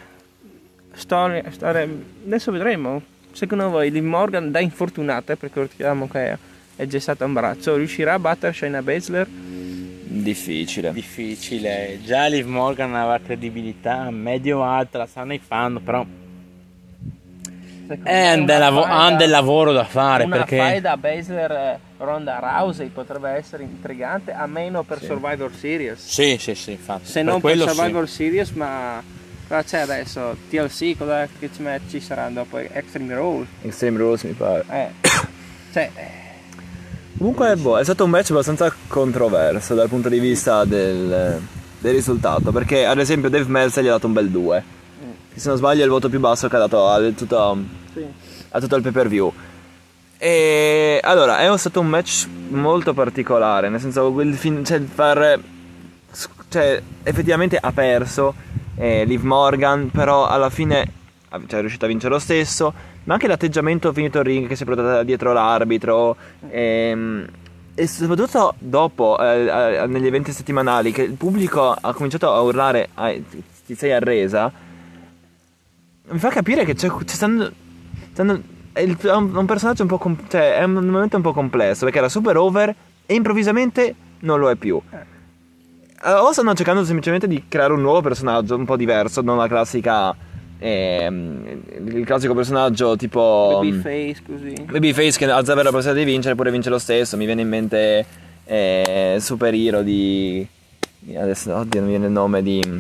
Adesso vedremo. Secondo voi Liv Morgan, da infortunata, perché ricordiamo che è gessata un braccio, riuscirà a battere Shayna Baszler? Difficile. Già Liv Morgan aveva credibilità medio alta, la stanno fanno, però hanno del lavoro da fare. Una perché faida Baszler Ronda Rousey potrebbe essere intrigante, a meno per Survivor Series. Sì, infatti. Se non per Survivor Series, ma cosa c'è adesso? TLC, che match ci sarà dopo? Extreme Rules mi pare. Comunque è stato un match abbastanza controverso dal punto di vista del risultato, perché ad esempio Dave Meltzer gli ha dato un bel 2, che se non sbaglio è il voto più basso che ha dato a tutto il pay per view. E allora è stato un match molto particolare, nel senso effettivamente ha perso Liv Morgan, però alla fine è riuscito a vincere lo stesso, ma anche l'atteggiamento finito il ring, che si è portata dietro l'arbitro, e soprattutto dopo, negli eventi settimanali, che il pubblico ha cominciato a urlare ti sei arresa, mi fa capire che è un personaggio un po' è un momento un po' complesso, perché era super over e improvvisamente non lo è più. O stanno cercando semplicemente di creare un nuovo personaggio un po' diverso, non la classica il classico personaggio tipo Babyface, così. Babyface che alza la possibilità di vincere, pure vince lo stesso. Mi viene in mente Super Hero di adesso oddio non mi viene il nome di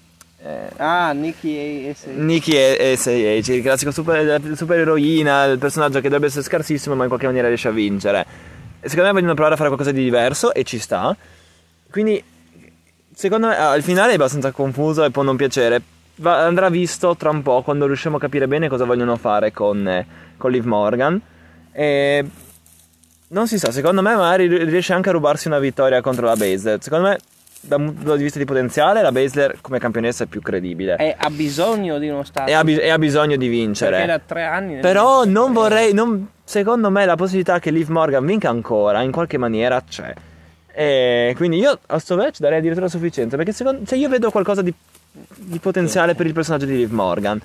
Nikki S.A.H, il classico super eroina, il personaggio che dovrebbe essere scarsissimo ma in qualche maniera riesce a vincere. E secondo me vogliono provare a fare qualcosa di diverso e ci sta. Quindi secondo me il finale è abbastanza confuso e può non piacere. Andrà visto tra un po' quando riusciamo a capire bene cosa vogliono fare con Liv Morgan. E non si sa, secondo me magari riesce anche a rubarsi una vittoria contro la Baszler. Secondo me da un punto di vista di potenziale la Baszler come campionessa è più credibile, ha bisogno di uno status e ha bisogno di vincere, perché da 3 anni però non vorrei secondo me la possibilità che Liv Morgan vinca ancora in qualche maniera c'è, e quindi io a sto match darei addirittura sufficienza, perché io vedo qualcosa di potenziale per il personaggio di Liv Morgan,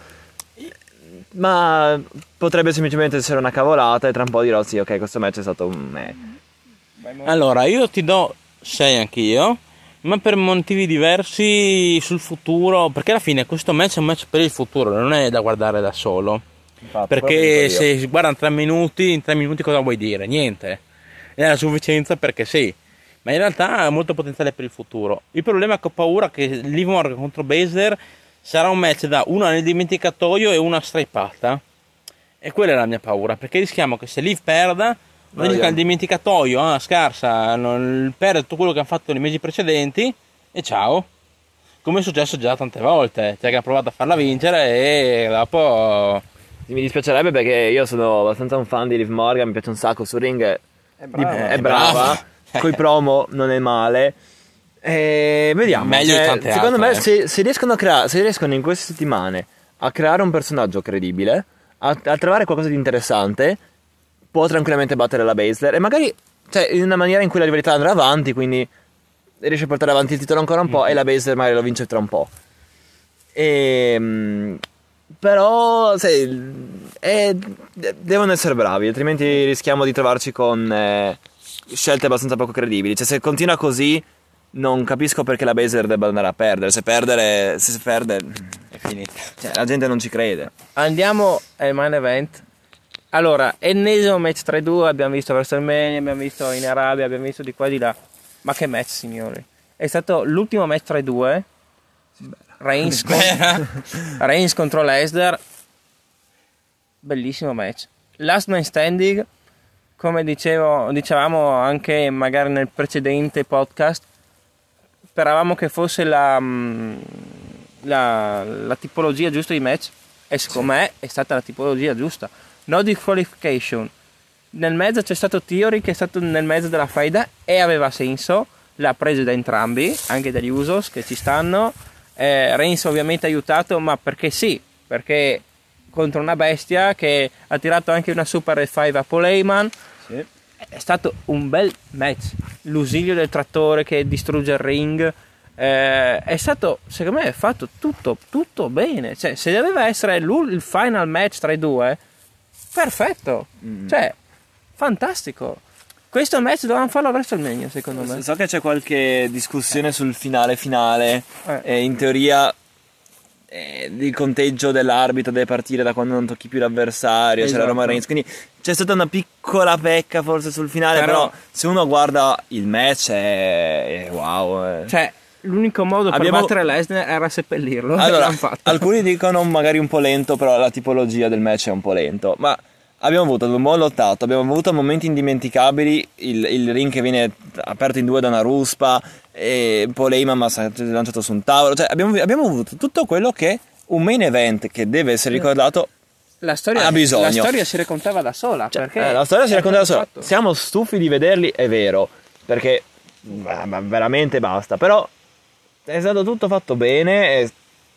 ma potrebbe semplicemente essere una cavolata e tra un po' dirò sì, ok, questo match è stato un Allora io ti do 6 anch'io, ma per motivi diversi sul futuro, perché alla fine questo match è un match per il futuro, non è da guardare da solo. Infatti, perché se si guarda in 3 minuti, in 3 minuti cosa vuoi dire? Niente, è la sufficienza perché sì, ma in realtà ha molto potenziale per il futuro. Il problema è che ho paura che Liv Morgan contro Baszler sarà un match da una nel dimenticatoio e una stripata, e quella è la mia paura, perché rischiamo che se Liv perda nel dimenticatoio scarsa, non perde tutto quello che hanno fatto nei mesi precedenti e ciao, come è successo già tante volte, cioè che ha provato a farla vincere e dopo mi dispiacerebbe, perché io sono abbastanza un fan di Liv Morgan, mi piace un sacco sul ring, è brava. Coi promo non è male, vediamo, meglio di tante secondo altre, me se riescono in queste settimane a creare un personaggio credibile, a trovare qualcosa di interessante, può tranquillamente battere la Baszler, e magari in una maniera in cui la rivalità andrà avanti, quindi riesce a portare avanti il titolo ancora un po' e la Baszler magari lo vince tra un po'. Però devono essere bravi, altrimenti rischiamo di trovarci con scelte abbastanza poco credibili. Cioè, se continua così non capisco perché la Baszler debba andare a perdere. Se perde è finita, cioè, la gente non ci crede. Andiamo al main event. Allora, ennesimo match 3-2, abbiamo visto WrestleMania, abbiamo visto in Arabia, abbiamo visto di qua e di là. Ma che match, signori. È stato l'ultimo match 3-2. Reigns contro Lesnar. Bellissimo match. Last man standing, come dicevamo anche magari nel precedente podcast, speravamo che fosse la tipologia giusta di match, e secondo me è stata la tipologia giusta. No disqualification. Nel mezzo c'è stato Theory, che è stato nel mezzo della faida e aveva senso, l'ha preso da entrambi, anche dagli Usos che ci stanno. Reigns ovviamente ha aiutato, ma perché sì, perché contro una bestia che ha tirato anche una super F5 a Paul Heyman. Sì. È stato un bel match, l'usilio del trattore che distrugge il ring, è stato, secondo me, fatto tutto bene. Cioè, se doveva essere il final match tra i due, perfetto, cioè fantastico. Questo match dovevano farlo a WrestleMania, secondo me. So che c'è qualche discussione sul finale, in teoria il conteggio dell'arbitro deve partire da quando non tocchi più l'avversario, esatto. C'era Roman Reigns, quindi c'è stata una piccola pecca forse sul finale, però se uno guarda il match è wow. Cioè, l'unico modo per battere Lesnar era seppellirlo. Allora, alcuni dicono magari un po' lento, però la tipologia del match è un po' lento, ma abbiamo avuto un buon lottato, abbiamo avuto momenti indimenticabili, il ring che viene aperto in due da una ruspa, e Paul Heyman si è lanciato su un tavolo, cioè abbiamo avuto tutto quello che un main event che deve essere ricordato ha bisogno. La storia si raccontava da sola, perché la storia si raccontava da sola. Siamo stufi di vederli, è vero, perché veramente basta, però è stato tutto fatto bene,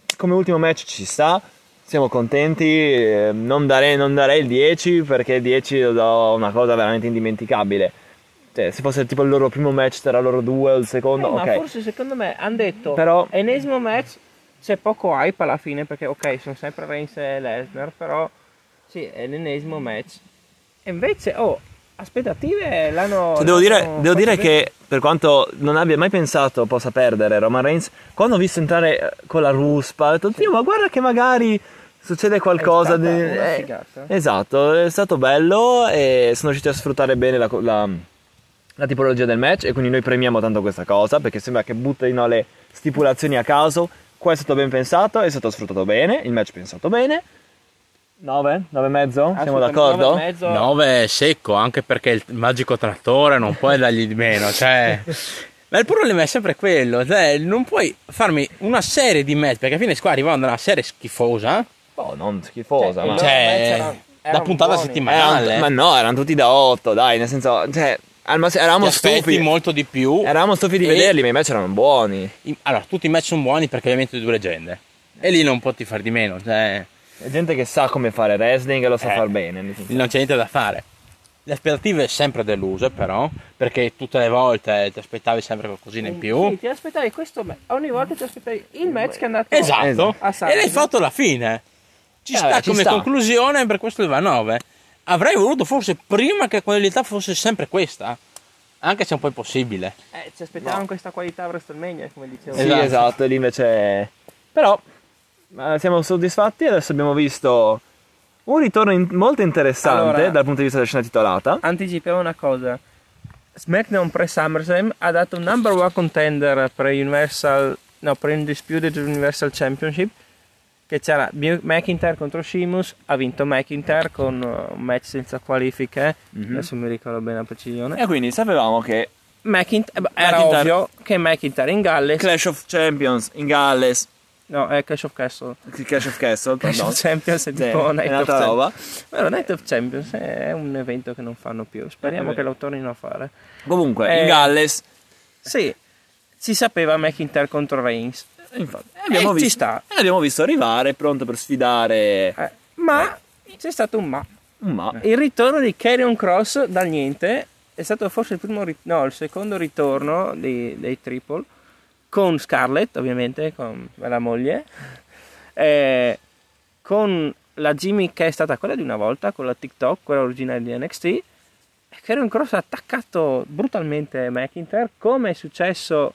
come ultimo match ci sta, siamo contenti, non darei il 10 perché il 10 lo do una cosa veramente indimenticabile. Cioè, se fosse tipo il loro primo match tra loro due o il secondo, ok. Ma forse secondo me hanno detto, Però ennesimo match, c'è poco hype alla fine perché ok, sono sempre Reigns e Lesnar, però sì, è l'ennesimo match. E invece, aspettative l'hanno... cioè, devo dire che per quanto non abbia mai pensato possa perdere Roman Reigns, quando ho visto entrare con la ruspa, ho detto, Dio, ma guarda che magari succede qualcosa stata una figata. Esatto, è stato bello e sono riusciti a sfruttare bene la tipologia del match, e quindi noi premiamo tanto questa cosa perché sembra che buttino le stipulazioni a caso. Qua è stato ben pensato, è stato sfruttato bene, il match pensato bene. 9? 9,5? Siamo d'accordo? 9,5. 9 è secco, anche perché il magico trattore non puoi dargli di meno, cioè. Ma il problema è sempre quello, cioè, non puoi farmi una serie di match, perché alla fine qua arrivavano da una serie schifosa. Oh, non schifosa, ma... Cioè, da puntata settimanale. Ma no, erano tutti da 8, dai, nel senso, cioè, eravamo Ti aspetti stufi. molto di più. Eravamo stufi di vederli, ma i match erano buoni. Allora, tutti i match sono buoni perché ovviamente due leggende. E lì non puoi fare di meno, cioè. È gente che sa come fare wrestling e lo sa far bene. Non c'è niente da fare. Le aspettative sempre deluse però, perché tutte le volte ti aspettavi sempre qualcosina in più. Sì, ti aspettavi questo match, ogni volta ti aspettavi il match che è andato Esatto. a E Sanremo. l'hai fatto alla fine. Ci sta ci come sta. conclusione, per questo le va 9. Avrei voluto forse prima che la qualità fosse sempre questa. Anche se è un po' impossibile. Ci aspettavamo questa qualità a WrestleMania, come dicevo. Sì, esatto, e lì invece... Però siamo soddisfatti. Adesso abbiamo visto un ritorno molto interessante Allora, dal punto di vista della scena titolata. Anticipiamo una cosa. SmackDown pre-SummerSlam ha dato un number one contender per per Undisputed Universal Championship, che c'era McIntyre contro Sheamus. Ha vinto McIntyre con un match senza qualifiche, adesso mi ricordo bene la precisione. E quindi sapevamo che Era ovvio che McIntyre in Galles, Clash of Champions in Galles, no, è Clash of Castle. Clash of Castle, Clash pardon. of Champions è tipo È Night of un'altra Champions. roba. Però Night of Champions è un evento che non fanno più. Speriamo che lo tornino a fare. Comunque, in Galles, Sì, si sapeva McIntyre contro Reigns. infatti, Ci sta. l'abbiamo visto arrivare, pronto per sfidare Ma c'è stato un ma. un ma. Il ritorno di Karrion Kross dal niente è stato forse il secondo ritorno dei Triple, con Scarlett ovviamente, con la moglie, con la Jimmy che è stata quella di una volta, con la TikTok, quella originale di NXT. E Karrion Kross ha attaccato brutalmente McIntyre, come è successo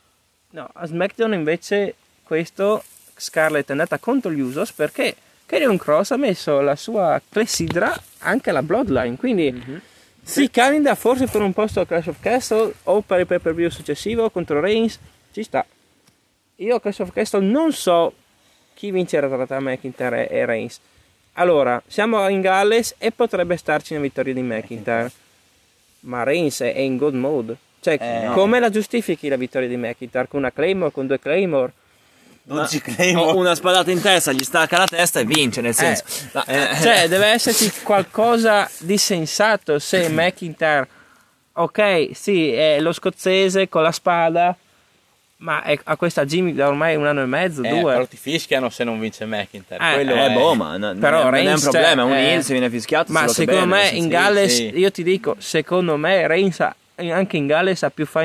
a SmackDown. Invece questo Scarlett è andata contro gli Usos perché Karrion Kross ha messo la sua clessidra anche alla Bloodline, quindi si candida forse per un posto a Clash of Castle o per il pay-per-view successivo contro Reigns. Ci sta. Io a Clash of Castle non so chi vincerà tra McIntyre e Reigns. Allora, siamo in Galles e potrebbe starci una vittoria di McIntyre, ma Reigns è in God mode. Cioè, come la giustifichi la vittoria di McIntyre? Con una Claymore, con 2 Claymore? 12 Claymore. Una spadata in testa, gli stacca la testa e vince, nel senso. Cioè, deve esserci qualcosa di sensato. Se McIntyre, ok, sì, è lo scozzese con la spada, ma a questa Jimmy da ormai 1 anno e mezzo, 2. Però ti fischiano se non vince McIntyre. Quello è... ma Però non è un Reigns, problema, un heel se viene fischiato. Ma solo che secondo bene, me in Galles, sì. io ti dico, secondo me Reigns anche in Galles ha più fan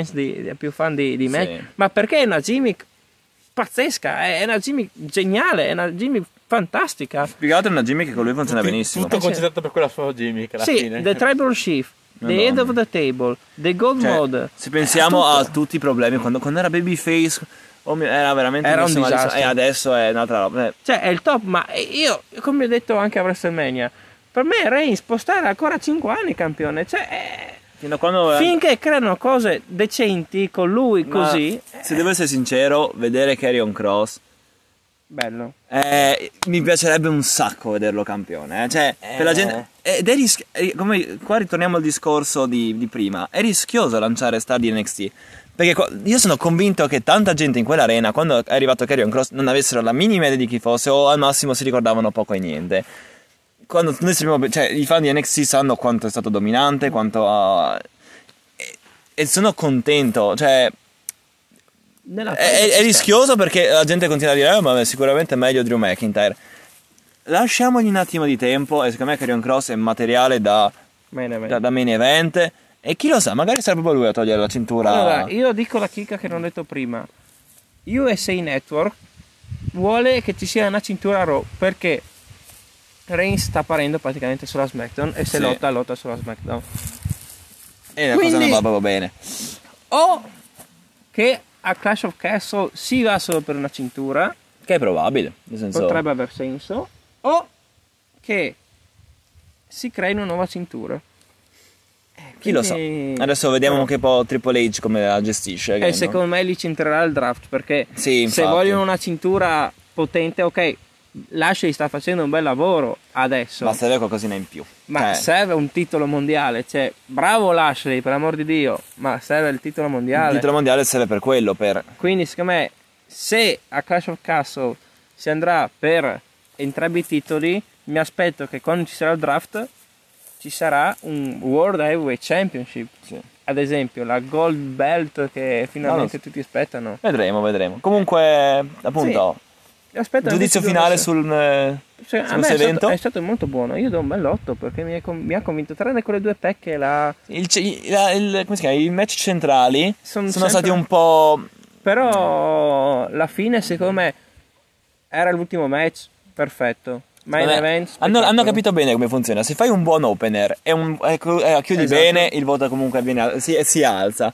di Mac. Sì. Ma perché è una gimmick pazzesca, è una gimmick geniale, è una gimmick fantastica. Spiegato, è una gimmick che con lui funziona benissimo. Tutto concentrato per quella sua Jimmy che alla Sì, fine. The Tribal Chief, The Madonna. Head of the Table, The Gold Cioè, Mode. se pensiamo a tutti i problemi quando era babyface, era veramente Era un messo malissimo, disastro. e adesso è un'altra roba. Cioè è il top, ma io, come ho detto anche a WrestleMania, per me Reigns può stare ancora 5 anni campione, cioè Fino a quando finché creano cose decenti con lui così, se devo essere sincero, vedere Karrion Kross, bello. mi piacerebbe un sacco vederlo campione, cioè per la gente ed è come qua ritorniamo al discorso di prima, è rischioso lanciare star di NXT, perché io sono convinto che tanta gente in quell'arena, quando è arrivato Karrion Kross, non avessero la minima idea di chi fosse, o al massimo si ricordavano poco e niente. Quando noi sappiamo, cioè i fan di NXT sanno quanto è stato dominante, quanto e sono contento, cioè È rischioso perché la gente continua a dire ma sicuramente è meglio Drew McIntyre. Lasciamogli un attimo di tempo e secondo me Karrion Kross è materiale da main event. E chi lo sa, magari sarà proprio lui a togliere la cintura. Allora, io dico la chicca che non ho detto prima. USA Network vuole che ci sia una cintura Raw perché Reigns sta apparendo praticamente sulla SmackDown e se lotta sulla SmackDown. E la cosa non va proprio bene. O che a Clash of Castle si va solo per una cintura, che è probabile, nel senso... potrebbe aver senso, o che si crei una nuova cintura. Chi lo sa? Adesso vediamo che po' Triple H come la gestisce. E secondo me li centrerà il draft perché se vogliono una cintura potente, ok, Lashley sta facendo un bel lavoro adesso, ma serve qualcosina in più, ma serve un titolo mondiale, cioè bravo Lashley, per l'amor di Dio, ma serve il titolo mondiale. Il titolo mondiale serve per quello, quindi secondo me se a Clash of Castle si andrà per entrambi i titoli, mi aspetto che quando ci sarà il draft ci sarà un World Heavyweight Championship, ad esempio la Gold Belt che finalmente tutti aspettano. Vedremo. Comunque appunto giudizio finale sul evento è stato molto buono. Io do un bel 8 perché mi ha convinto, tranne quelle due pecche come si chiama? I match centrali sono stati un po', però la fine secondo me era l'ultimo match perfetto. Hanno capito bene come funziona. Se fai un buon opener e chiudi bene, il voto comunque si alza.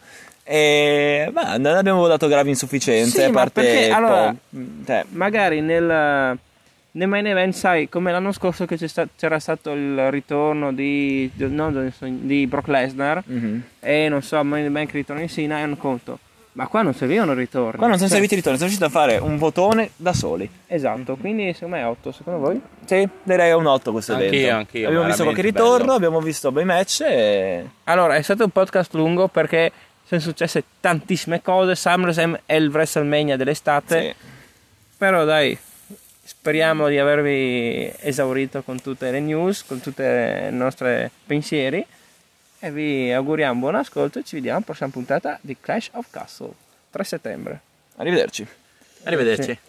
Non abbiamo votato gravi insufficienze. Sì, a parte perché, allora, magari nel main event, sai, come l'anno scorso che c'era stato il ritorno di Brock Lesnar, e non so, main event che ritorno in Cena, e hanno conto. Ma qua non servivano ritorni. Qua non sono serviti ritorni, sono riusciti a fare un votone da soli. Esatto, quindi secondo me è 8, secondo voi? Sì, direi un 8 questo evento. Anch'io. Abbiamo visto qualche ritorno, abbiamo visto bei match Allora, è stato un podcast lungo perché sono successe tantissime cose. SummerSlam è il WrestleMania dell'estate. Però dai, speriamo di avervi esaurito con tutte le news, con tutti i nostri pensieri. E vi auguriamo buon ascolto e ci vediamo alla prossima puntata di Clash of Castle 3 settembre. Arrivederci.